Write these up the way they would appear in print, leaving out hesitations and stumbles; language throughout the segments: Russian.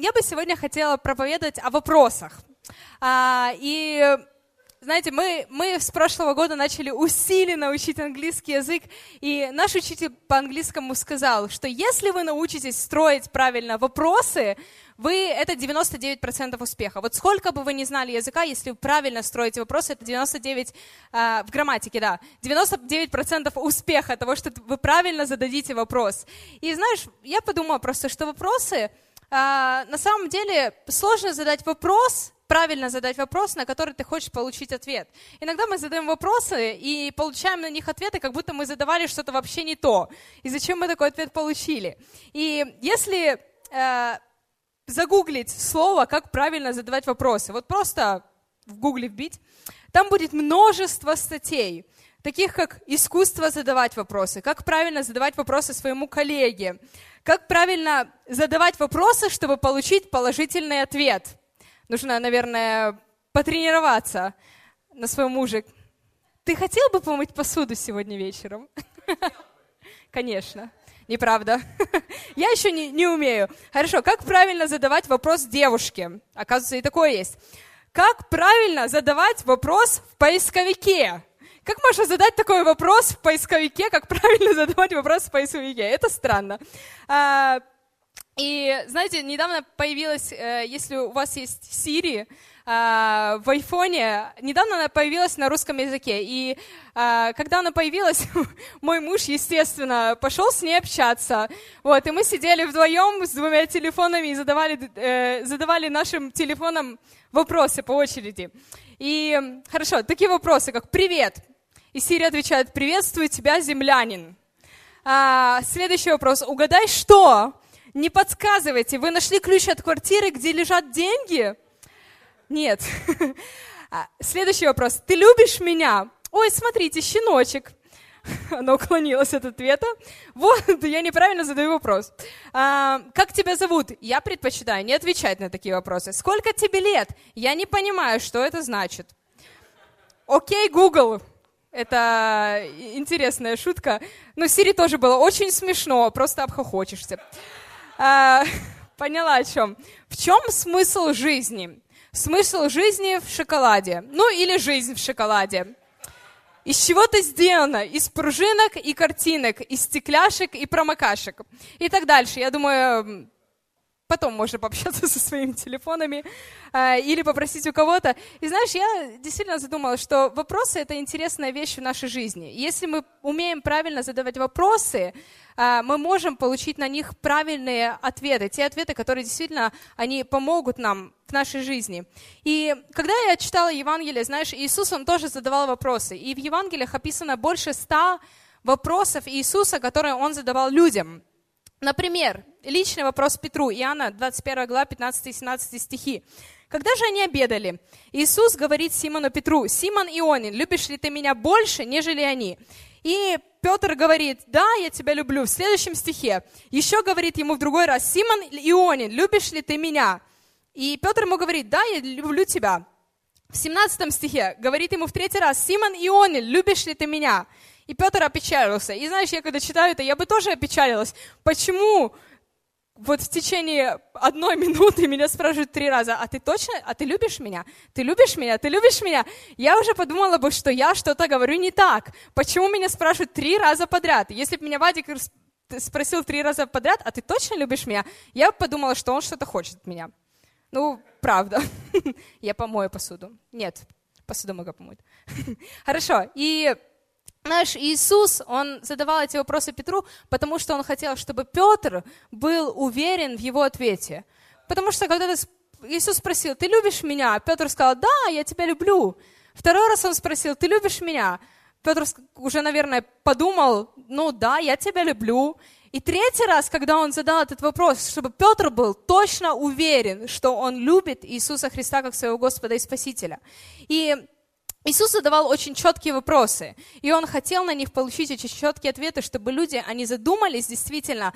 Я бы сегодня хотела проповедовать о вопросах. И знаете, мы с прошлого года начали усиленно учить английский язык, и наш учитель по английскому сказал, что если вы научитесь строить правильно вопросы, это 99% успеха. Вот сколько бы вы ни знали языка, если вы правильно строите вопросы, это 99% в грамматике, да, 99% успеха того, что вы правильно зададите вопрос. И знаешь, я подумала просто, что вопросы, на самом деле сложно задать вопрос, правильно задать вопрос, на который ты хочешь получить ответ. Иногда мы задаем вопросы и получаем на них ответы, как будто мы задавали что-то вообще не то. И зачем мы такой ответ получили? И если загуглить слово, как правильно задавать вопросы, вот просто в гугле вбить, там будет множество статей, таких как «Искусство задавать вопросы», «Как правильно задавать вопросы своему коллеге», «Как правильно задавать вопросы, чтобы получить положительный ответ». Нужно, наверное, потренироваться на своем муже. Ты хотел бы помыть посуду сегодня вечером? Конечно. Неправда. Я еще не умею. Хорошо, как правильно задавать вопрос девушке? Оказывается, и такое есть. Как правильно задавать вопрос в поисковике? Как можно задать такой вопрос в поисковике, как правильно задавать вопрос в поисковике? Это странно. И, знаете, недавно появилась, если у вас есть Siri в айфоне, недавно она появилась на русском языке. И когда она появилась, мой муж, естественно, пошел с ней общаться. Вот, и мы сидели вдвоем с двумя телефонами и задавали нашим телефонам вопросы по очереди. И хорошо, такие вопросы, как «Привет». И Siri отвечает «Приветствую тебя, землянин». Следующий вопрос «Угадай, что?» Не подсказывайте, вы нашли ключ от квартиры, где лежат деньги? Нет. Следующий вопрос. Ты любишь меня? Ой, смотрите, щеночек. Она уклонилась от ответа. Вот, я неправильно задаю вопрос. Как тебя зовут? Я предпочитаю не отвечать на такие вопросы. Сколько тебе лет? Я не понимаю, что это значит. Окей, Google. Это интересная шутка. Но Siri тоже было очень смешно, просто обхохочешься. Поняла о чем. В чем смысл жизни? Смысл жизни в шоколаде. Ну, или жизнь в шоколаде. Из чего ты сделана? Из пружинок и картинок, из стекляшек и промокашек. И так дальше. Я думаю, потом можно пообщаться со своими телефонами или попросить у кого-то. И знаешь, я действительно задумалась, что вопросы — это интересная вещь в нашей жизни. Если мы умеем правильно задавать вопросы, мы можем получить на них правильные ответы, те ответы, которые действительно, они помогут нам в нашей жизни. И когда я читала Евангелие, знаешь, Иисус, Он тоже задавал вопросы. И в Евангелиях описано больше 100 вопросов Иисуса, которые Он задавал людям. Например, личный вопрос Петру, Иоанна, 21 глава, 15 и 17 стихи. Когда же они обедали, Иисус говорит Симону Петру: «Симон Ионин, любишь ли ты меня больше, нежели они?» И Петр говорит: «Да, я тебя люблю». В следующем стихе еще говорит ему в другой раз: «Симон Ионин, любишь ли ты меня?» И Петр ему говорит: «Да, я люблю тебя». В 17 стихе говорит ему в третий раз: «Симон Ионин, любишь ли ты меня?» И Петр опечалился. И знаешь, я когда читаю это, я бы тоже опечалилась. Почему вот в течение 1 минуты меня спрашивают 3 раза: «А ты точно? А ты любишь меня? Ты любишь меня? Ты любишь меня?» Я уже подумала бы, что я что-то говорю не так. Почему меня спрашивают 3 раза подряд? Если бы меня Вадик спросил 3 раза подряд: «А ты точно любишь меня?» Я бы подумала, что он что-то хочет от меня. Ну, правда. Я помою посуду. Нет, посуду могу помыть. Хорошо. И наш Иисус, Он задавал эти вопросы Петру, потому что Он хотел, чтобы Петр был уверен в его ответе. Потому что когда Иисус спросил: «Ты любишь меня?» Петр сказал: «Да, я тебя люблю». 2 раз Он спросил: «Ты любишь меня?» Петр уже, наверное, подумал: «Ну да, я тебя люблю». И 3 раз, когда Он задал этот вопрос, чтобы Петр был точно уверен, что он любит Иисуса Христа как своего Господа и Спасителя. И Иисус задавал очень четкие вопросы, и Он хотел на них получить очень четкие ответы, чтобы люди, они задумались действительно,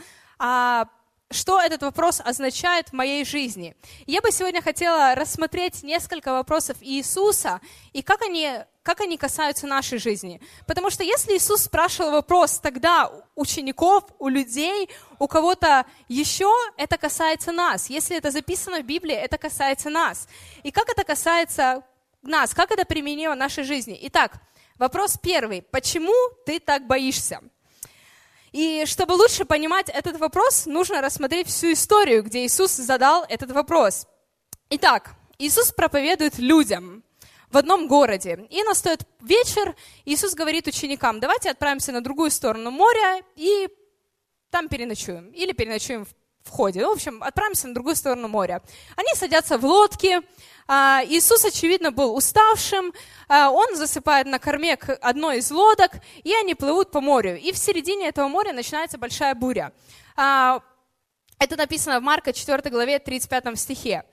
что этот вопрос означает в моей жизни. Я бы сегодня хотела рассмотреть несколько вопросов Иисуса, и как они как они касаются нашей жизни. Потому что если Иисус спрашивал вопрос тогда у учеников, у людей, у кого-то еще, это касается нас. Если это записано в Библии, это касается нас. И как это касается нас, как это применимо в нашей жизни? Итак, вопрос первый. Почему ты так боишься? И чтобы лучше понимать этот вопрос, нужно рассмотреть всю историю, где Иисус задал этот вопрос. Итак, Иисус проповедует людям в одном городе. И настает вечер, Иисус говорит ученикам: давайте отправимся на другую сторону моря и там переночуем. Или переночуем в ходе. В общем, отправимся на другую сторону моря. Они садятся в лодки. Иисус, очевидно, был уставшим. Он засыпает на корме одной из лодок, и они плывут по морю. И в середине этого моря начинается большая буря. Это написано в Марка 4 главе 35 стихе.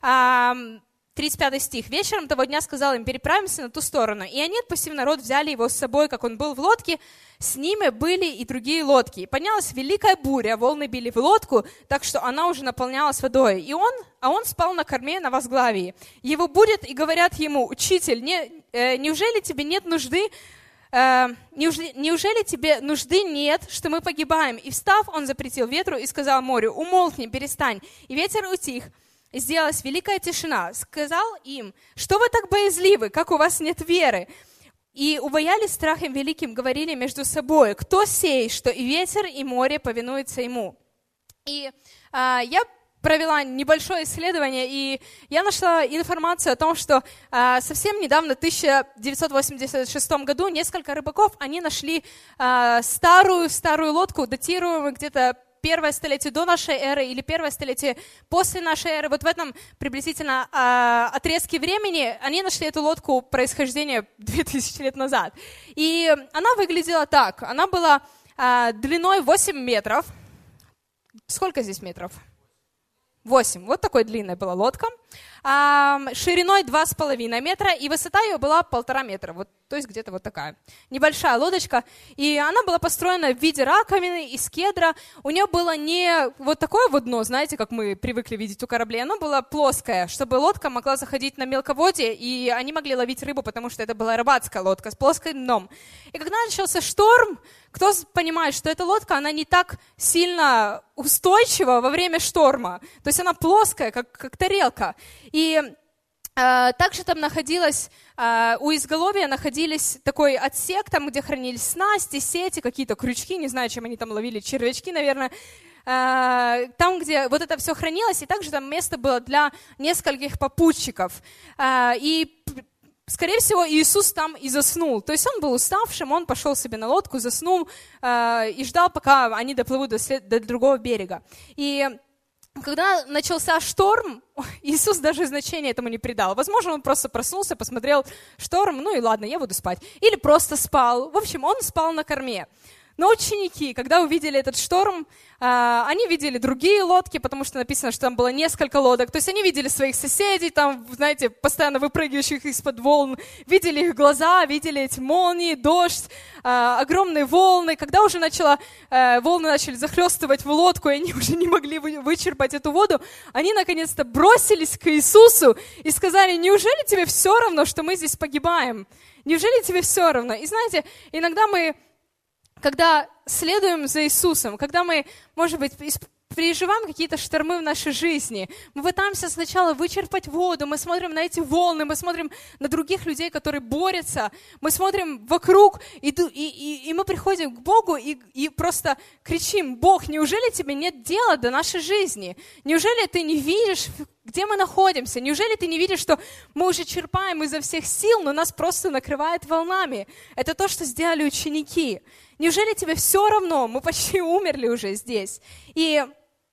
35 стих. «Вечером того дня сказал им: переправимся на ту сторону. И они, отпустив народ, взяли его с собой, как он был в лодке. С ними были и другие лодки. И поднялась великая буря, волны били в лодку, так что она уже наполнялась водой. И он спал на корме на возглавии. Его будят и говорят ему: учитель, неужели тебе нет нужды, неужели тебе нужды нет, что мы погибаем? И встав, он запретил ветру и сказал морю: умолкни, перестань. И ветер утих. И сделалась великая тишина. Сказал им: что вы так боязливы, как у вас нет веры? И убоялись страхом великим, говорили между собой: кто сей, что и ветер, и море повинуются ему? И я провела небольшое исследование, и я нашла информацию о том, что совсем недавно, в 1986 году, несколько рыбаков, они нашли старую лодку, датируемую где-то первое столетие до нашей эры или первое столетие после нашей эры. Вот в этом приблизительно отрезке времени они нашли эту лодку происхождения 2000 лет назад. И она выглядела так. Она была длиной 8 метров. Сколько здесь метров? 8. Вот такой длинная была лодка. Шириной 2,5 метра, и высота ее была 1,5 метра. Вот, то есть где-то вот такая. Небольшая лодочка. И она была построена в виде раковины из кедра. У нее было не вот такое вот дно, знаете, как мы привыкли видеть у кораблей. Оно было плоское, чтобы лодка могла заходить на мелководье, и они могли ловить рыбу, потому что это была рыбацкая лодка с плоским дном. И когда начался шторм, кто понимает, что эта лодка, она не так сильно устойчива во время шторма. То есть она плоская, как тарелка. И также там находилось, у изголовья находились такой отсек, там, где хранились снасти, сети, какие-то крючки, не знаю, чем они там ловили, червячки, наверное. Там, где вот это все хранилось, и также там место было для нескольких попутчиков. И скорее всего, Иисус там и заснул. То есть он был уставшим, он пошел себе на лодку, заснул и ждал, пока они доплывут до другого берега. И когда начался шторм, Иисус даже значения этому не придал. Возможно, он просто проснулся, посмотрел шторм, ну и ладно, я буду спать. Или просто спал. В общем, он спал на корме. Но ученики, когда увидели этот шторм, они видели другие лодки, потому что написано, что там было несколько лодок. То есть они видели своих соседей, там, знаете, постоянно выпрыгивающих из-под волн, видели их глаза, видели эти молнии, дождь, огромные волны. Когда уже волны начали захлестывать в лодку, и они уже не могли вычерпать эту воду, они наконец-то бросились к Иисусу и сказали: неужели тебе все равно, что мы здесь погибаем? Неужели тебе все равно? И знаете, иногда мы, когда следуем за Иисусом, когда мы, может быть, переживаем какие-то штормы в нашей жизни, мы пытаемся сначала вычерпать воду, мы смотрим на эти волны, мы смотрим на других людей, которые борются, мы смотрим вокруг, и мы приходим к Богу и просто кричим: Бог, неужели тебе нет дела до нашей жизни? Неужели ты не видишь, где мы находимся? Неужели ты не видишь, что мы уже черпаем изо всех сил, но нас просто накрывает волнами? Это то, что сделали ученики. Неужели тебе все равно? Мы почти умерли уже здесь. И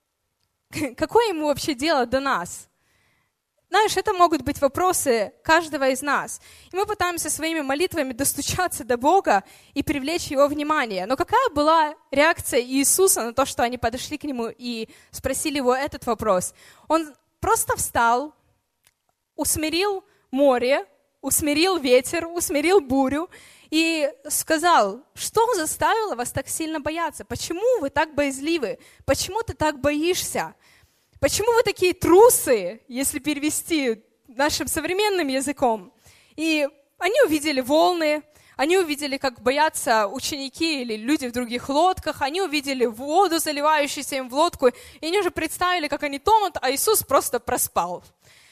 какое ему вообще дело до нас? Знаешь, это могут быть вопросы каждого из нас. И мы пытаемся своими молитвами достучаться до Бога и привлечь Его внимание. Но какая была реакция Иисуса на то, что они подошли к Нему и спросили Его этот вопрос? Он просто встал, усмирил море, усмирил ветер, усмирил бурю и сказал: что заставило вас так сильно бояться? Почему вы так боязливы? Почему ты так боишься? Почему вы такие трусы, если перевести нашим современным языком? И они увидели волны, они увидели, как боятся ученики или люди в других лодках, они увидели воду, заливающуюся им в лодку, и они уже представили, как они тонут, а Иисус просто проспал.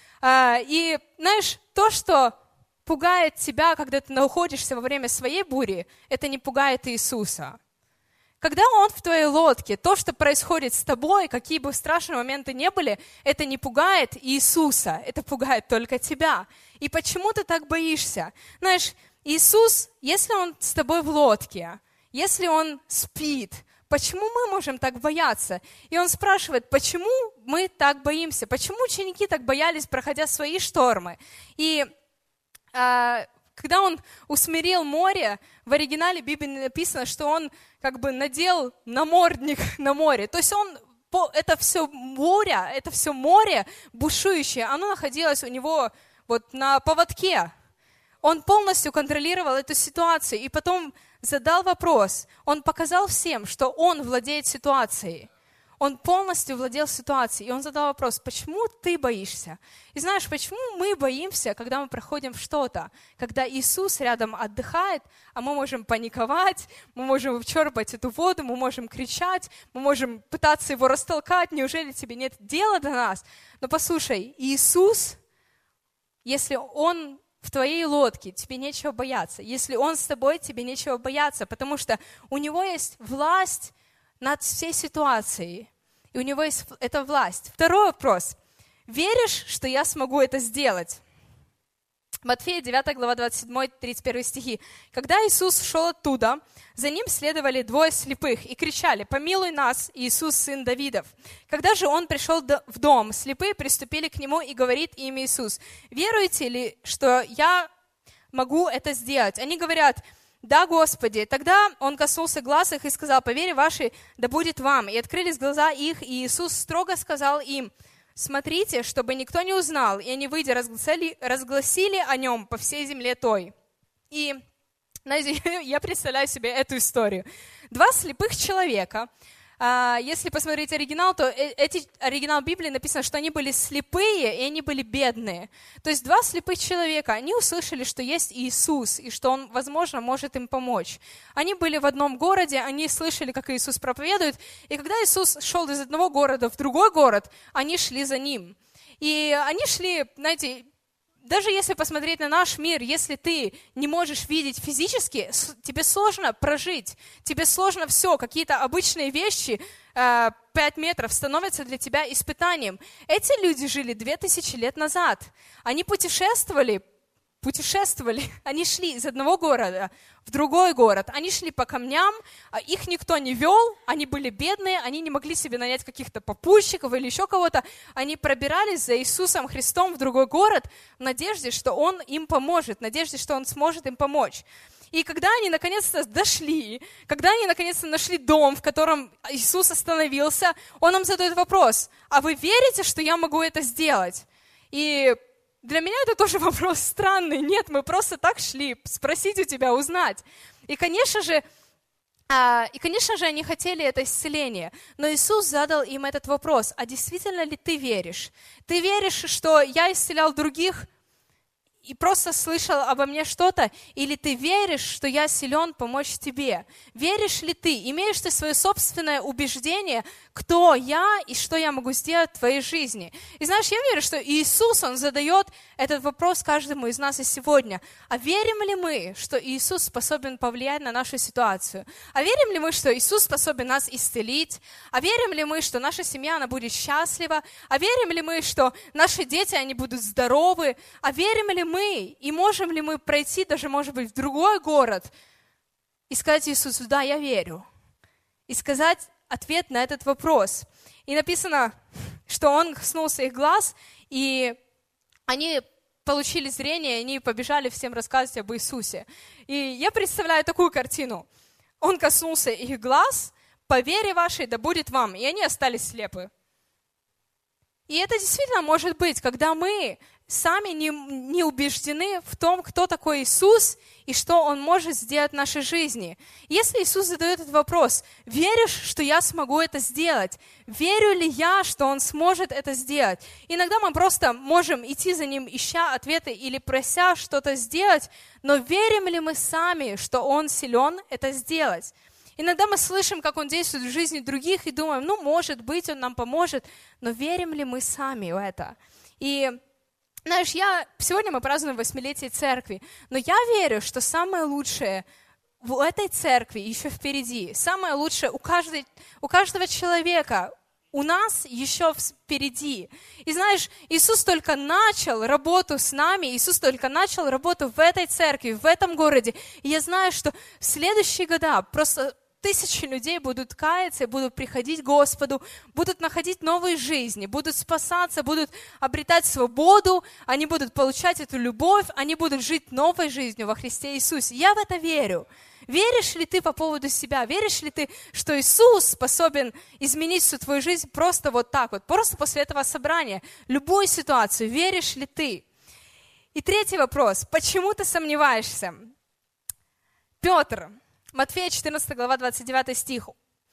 И знаешь, то, что пугает тебя, когда ты находишься во время своей бури, это не пугает Иисуса. Когда Он в твоей лодке, то, что происходит с тобой, какие бы страшные моменты ни были, это не пугает Иисуса, это пугает только тебя. И почему ты так боишься? Знаешь, Иисус, если Он с тобой в лодке, если Он спит, почему мы можем так бояться? И Он спрашивает, почему мы так боимся? Почему ученики так боялись, проходя свои штормы? И когда Он усмирил море, в оригинале Библии написано, что Он как бы надел намордник на море. То есть это все море бушующее, оно находилось у Него вот на поводке. Он полностью контролировал эту ситуацию и потом задал вопрос. Он показал всем, что Он владеет ситуацией. Он полностью владел ситуацией. И Он задал вопрос, почему ты боишься? И знаешь, почему мы боимся, когда мы проходим что-то? Когда Иисус рядом отдыхает, а мы можем паниковать, мы можем черпать эту воду, мы можем кричать, мы можем пытаться Его растолкать. Неужели тебе нет дела до нас? Но послушай, Иисус, если Он в твоей лодке, тебе нечего бояться. Если Он с тобой, тебе нечего бояться, потому что у Него есть власть над всей ситуацией. И у Него есть эта власть. Второй вопрос. Веришь, что я смогу это сделать? Матфея 9 глава 27-31 стихи. Когда Иисус шел оттуда, за Ним следовали двое слепых и кричали: «Помилуй нас, Иисус, сын Давидов». Когда же Он пришел в дом, слепые приступили к Нему и говорит им Иисус: «Веруете ли, что я могу это сделать?» Они говорят: «Да, Господи». Тогда Он коснулся глаз их и сказал: «По вере вашей да будет вам». И открылись глаза их, и Иисус строго сказал им: «Смотрите, чтобы никто не узнал». И они, выйдя, разгласили о Нем по всей земле той. И, знаете, я представляю себе эту историю. Два слепых человека. Если посмотреть оригинал, то оригинал Библии написано, что они были слепые и они были бедные. То есть два слепых человека, они услышали, что есть Иисус и что Он, возможно, может им помочь. Они были в одном городе, они слышали, как Иисус проповедует, и когда Иисус шел из одного города в другой город, они шли за Ним. И они шли, знаете, даже если посмотреть на наш мир, если ты не можешь видеть физически, тебе сложно прожить, тебе сложно все, какие-то обычные вещи, 5 метров становятся для тебя испытанием. Эти люди жили 2000 лет назад, они путешествовали, они шли из одного города в другой город, они шли по камням, их никто не вел, они были бедные, они не могли себе нанять каких-то попутчиков или еще кого-то, они пробирались за Иисусом Христом в другой город в надежде, что Он им поможет, в надежде, что Он сможет им помочь. И когда они наконец-то дошли, когда они наконец-то нашли дом, в котором Иисус остановился, Он им задает вопрос: «А вы верите, что я могу это сделать?» И для меня это тоже вопрос странный. Нет, мы просто так шли, спросить у тебя, узнать. И, конечно же, они хотели это исцеление. Но Иисус задал им этот вопрос: а действительно ли ты веришь? Ты веришь, что я исцелял других и просто слышал обо мне что-то? Или ты веришь, что я силен помочь тебе? Веришь ли ты? Имеешь ты свое собственное убеждение, кто я и что я могу сделать в твоей жизни? И знаешь, я верю, что Иисус, Он задает этот вопрос каждому из нас и сегодня. А верим ли мы, что Иисус способен повлиять на нашу ситуацию? А верим ли мы, что Иисус способен нас исцелить? А верим ли мы, что наша семья, она будет счастлива? А верим ли мы, что наши дети, они будут здоровы? А верим ли мы и можем ли мы пройти даже, может быть, в другой город и сказать Иисусу: «Да, я верю», и сказать ответ на этот вопрос. И написано, что Он коснулся их глаз, и они получили зрение, и они побежали всем рассказывать об Иисусе. И я представляю такую картину. Он коснулся их глаз: «По вере вашей да будет вам», и они остались слепы. И это действительно может быть, когда мы сами не убеждены в том, кто такой Иисус и что Он может сделать в нашей жизни. Если Иисус задает этот вопрос, веришь, что я смогу это сделать? Верю ли я, что Он сможет это сделать? Иногда мы просто можем идти за Ним, ища ответы или прося что-то сделать, но верим ли мы сами, что Он силен это сделать? Иногда мы слышим, как Он действует в жизни других и думаем, может быть, Он нам поможет, но верим ли мы сами в это? И знаешь, сегодня мы празднуем 8-летие церкви, но я верю, что самое лучшее в этой церкви еще впереди. Самое лучшее у каждого человека у нас еще впереди. И знаешь, Иисус только начал работу с нами, Иисус только начал работу в этой церкви, в этом городе. И я знаю, что в следующие года просто тысячи людей будут каяться, будут приходить к Господу, будут находить новые жизни, будут спасаться, будут обретать свободу, они будут получать эту любовь, они будут жить новой жизнью во Христе Иисусе. Я в это верю. Веришь ли ты по поводу себя? Веришь ли ты, что Иисус способен изменить всю твою жизнь просто вот так вот, просто после этого собрания? Любую ситуацию. Веришь ли ты? И третий вопрос. Почему ты сомневаешься? Петр. Матфея 14 глава 29 стих.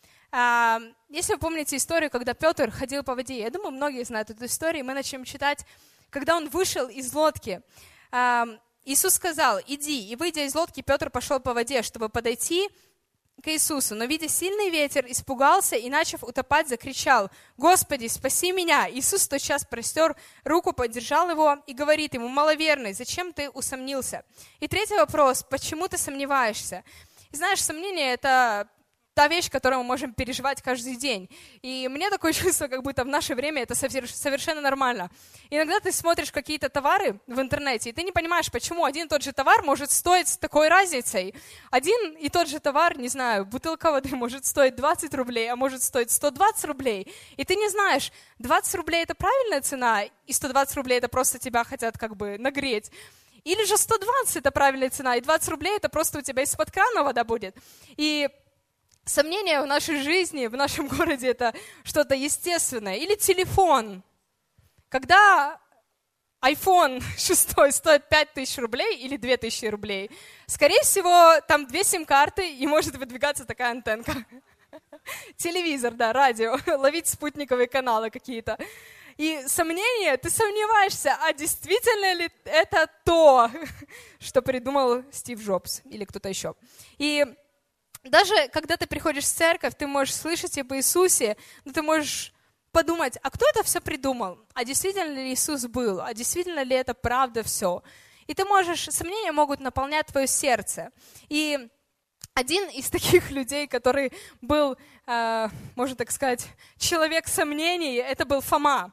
Если вы помните историю, когда Петр ходил по воде, я думаю, многие знают эту историю, мы начнем читать, когда он вышел из лодки. Иисус сказал, иди, и выйдя из лодки, Петр пошел по воде, чтобы подойти к Иисусу, но, видя сильный ветер, испугался и, начав утопать, закричал, «Господи, спаси меня!» Иисус тотчас простер руку, поддержал его и говорит ему, «Маловерный, зачем ты усомнился?» И третий вопрос, почему ты сомневаешься? И знаешь, сомнение – это та вещь, которую мы можем переживать каждый день. И мне такое чувство, как будто в наше время это совершенно нормально. Иногда ты смотришь какие-то товары в интернете, и ты не понимаешь, почему один и тот же товар может стоить с такой разницей. Один и тот же товар, не знаю, бутылка воды может стоить 20 рублей, а может стоить 120 рублей. И ты не знаешь, 20 рублей – это правильная цена, и 120 рублей – это просто тебя хотят как бы нагреть. Или же 120 – это правильная цена, и 20 рублей – это просто у тебя из-под крана вода будет. И сомнения в нашей жизни, в нашем городе – это что-то естественное. Или телефон. Когда iPhone 6 стоит 5000 рублей или 2000 рублей, скорее всего, там 2 сим-карты и может выдвигаться такая антенка. Телевизор, да, радио, ловить спутниковые каналы какие-то. И сомнение, ты сомневаешься, а действительно ли это то, что придумал Стив Джобс или кто-то еще. И даже когда ты приходишь в церковь, ты можешь слышать об Иисусе, но ты можешь подумать, а кто это все придумал? А действительно ли Иисус был? А действительно ли это правда все? И ты можешь, сомнения могут наполнять твое сердце. И один из таких людей, который был, можно так сказать, человек сомнений, это был Фома.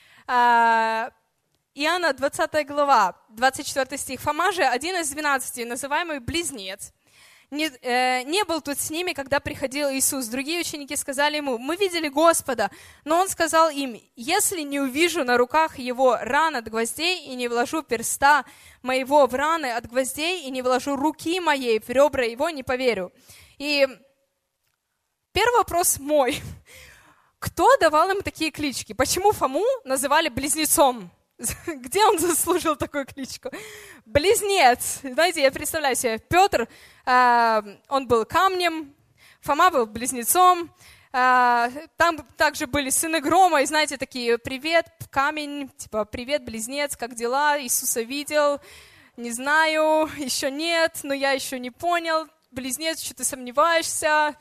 Иоанна 20 глава, 24 стих. Фома же, один из 12, называемый Близнец, не был тут с ними, когда приходил Иисус. Другие ученики сказали ему, мы видели Господа. Но он сказал им, если не увижу на руках его ран от гвоздей и не вложу перста моего в раны от гвоздей и не вложу руки моей в ребра его, не поверю. И первый вопрос мой. Кто давал им такие клички? Почему Фому называли близнецом? Где он заслужил такую кличку? Близнец. Знаете, я представляю себе, Петр, он был камнем, Фома был близнецом. Там также были сыны грома, и знаете, такие, привет, камень, типа, привет, близнец, как дела? Иисуса видел, не знаю, еще нет, но я еще не понял. Близнец, что ты сомневаешься?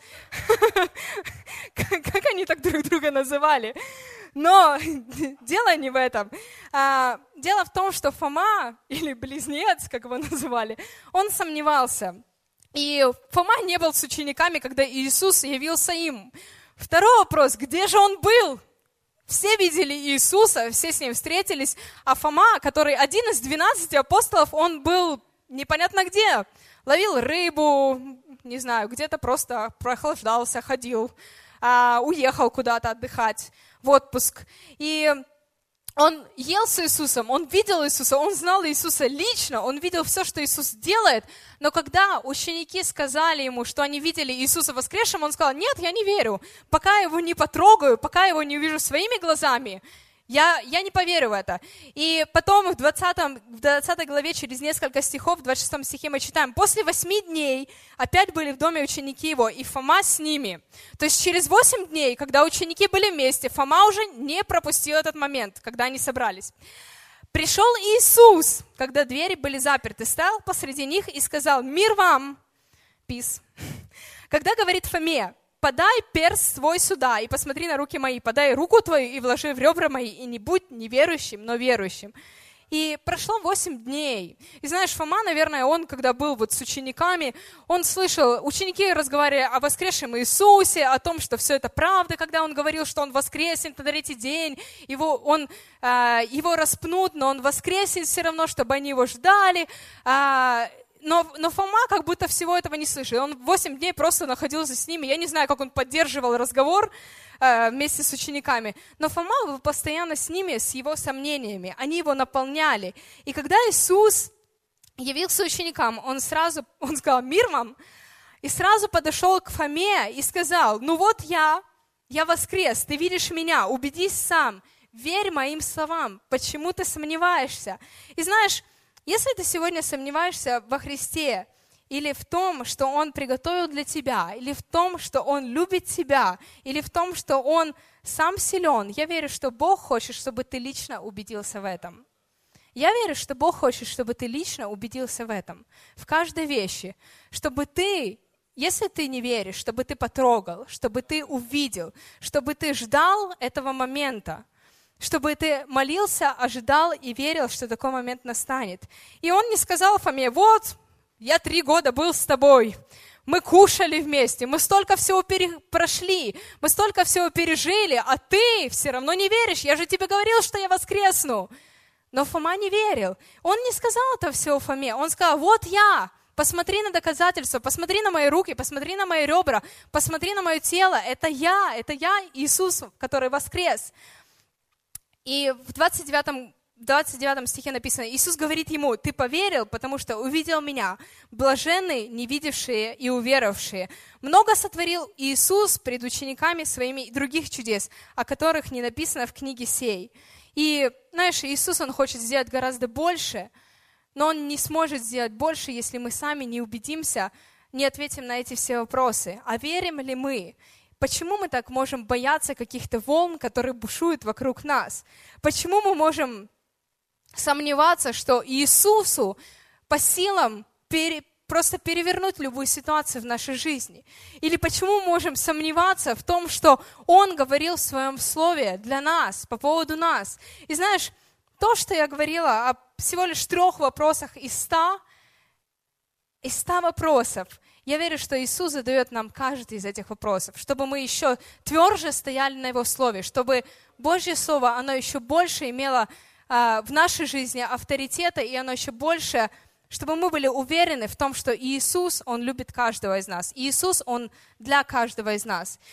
Как они так друг друга называли? Но дело не в этом. Дело в том, что Фома, или близнец, как его называли, он сомневался. И Фома не был с учениками, когда Иисус явился им. Второй вопрос, где же он был? Все видели Иисуса, все с ним встретились, а Фома, который один из 12 апостолов, он был непонятно где. Ловил рыбу, не знаю, где-то просто прохлаждался, ходил, уехал куда-то отдыхать в отпуск. И он ел с Иисусом, он видел Иисуса, он знал Иисуса лично, он видел все, что Иисус делает. Но когда ученики сказали ему, что они видели Иисуса воскресшим, он сказал, нет, я не верю, пока я его не потрогаю, пока я его не увижу своими глазами, Я не поверю в это. И потом в 20 главе, через несколько стихов, в 26 стихе мы читаем, после 8 дней опять были в доме ученики его, и Фома с ними. То есть через 8 дней, когда ученики были вместе, Фома уже не пропустил этот момент, когда они собрались. Пришел Иисус, когда двери были заперты, стал посреди них и сказал: «Мир вам!» Peace. Когда говорит Фоме: «Подай перст свой сюда и посмотри на руки мои, подай руку твою и вложи в ребра мои, и не будь неверующим, но верующим». И прошло 8 дней. И знаешь, Фома, наверное, он, когда был вот с учениками, он слышал, ученики разговаривали о воскресшем Иисусе, о том, что все это правда, когда он говорил, что он воскреснет на 3-й день, его распнут, но он воскреснет все равно, чтобы они его ждали. Но Фома как будто всего этого не слышал. Он 8 дней просто находился с ними. Я не знаю, как он поддерживал разговор вместе с учениками. Но Фома был постоянно с ними, с его сомнениями. Они его наполняли. И когда Иисус явился ученикам, он сказал: «Мир вам!» И сразу подошел к Фоме и сказал: «Ну вот я воскрес, ты видишь меня, убедись сам, верь моим словам, почему ты сомневаешься?» И знаешь, если ты сегодня сомневаешься во Христе, или в том, что Он приготовил для тебя, или в том, что Он любит тебя, или в том, что Он сам силен, я верю, что Бог хочет, чтобы ты лично убедился в этом. Я верю, что Бог хочет, чтобы ты лично убедился в этом, в каждой вещи, чтобы ты, если ты не веришь, чтобы ты потрогал, чтобы ты увидел, чтобы ты ждал этого момента, чтобы ты молился, ожидал и верил, что такой момент настанет. И он не сказал Фоме: «Вот, я 3 года был с тобой, мы кушали вместе, мы столько всего прошли, мы столько всего пережили, а ты все равно не веришь, я же тебе говорил, что я воскресну». Но Фома не верил. Он не сказал этого всего Фоме, он сказал: «Вот я, посмотри на доказательства, посмотри на мои руки, посмотри на мои ребра, посмотри на мое тело, это я, Иисус, который воскрес». И в 29 стихе написано: Иисус говорит ему: «Ты поверил, потому что увидел меня. Блаженны невидевшие и уверовавшие». Много сотворил Иисус пред учениками своими и других чудес, о которых не написано в книге сей. И, знаешь, Иисус, Он хочет сделать гораздо больше, но Он не сможет сделать больше, если мы сами не убедимся, не ответим на эти все вопросы. А верим ли мы? Почему мы так можем бояться каких-то волн, которые бушуют вокруг нас? Почему мы можем сомневаться, что Иисусу по силам просто перевернуть любую ситуацию в нашей жизни? Или почему мы можем сомневаться в том, что Он говорил в Своем Слове для нас, по поводу нас? И знаешь, то, что я говорила о всего лишь 3 вопросах из 100 вопросов, я верю, что Иисус задает нам каждый из этих вопросов, чтобы мы еще тверже стояли на Его Слове, чтобы Божье Слово, оно еще больше имело в нашей жизни авторитета, и оно еще больше, чтобы мы были уверены в том, что Иисус, Он любит каждого из нас. Иисус, Он для каждого из нас.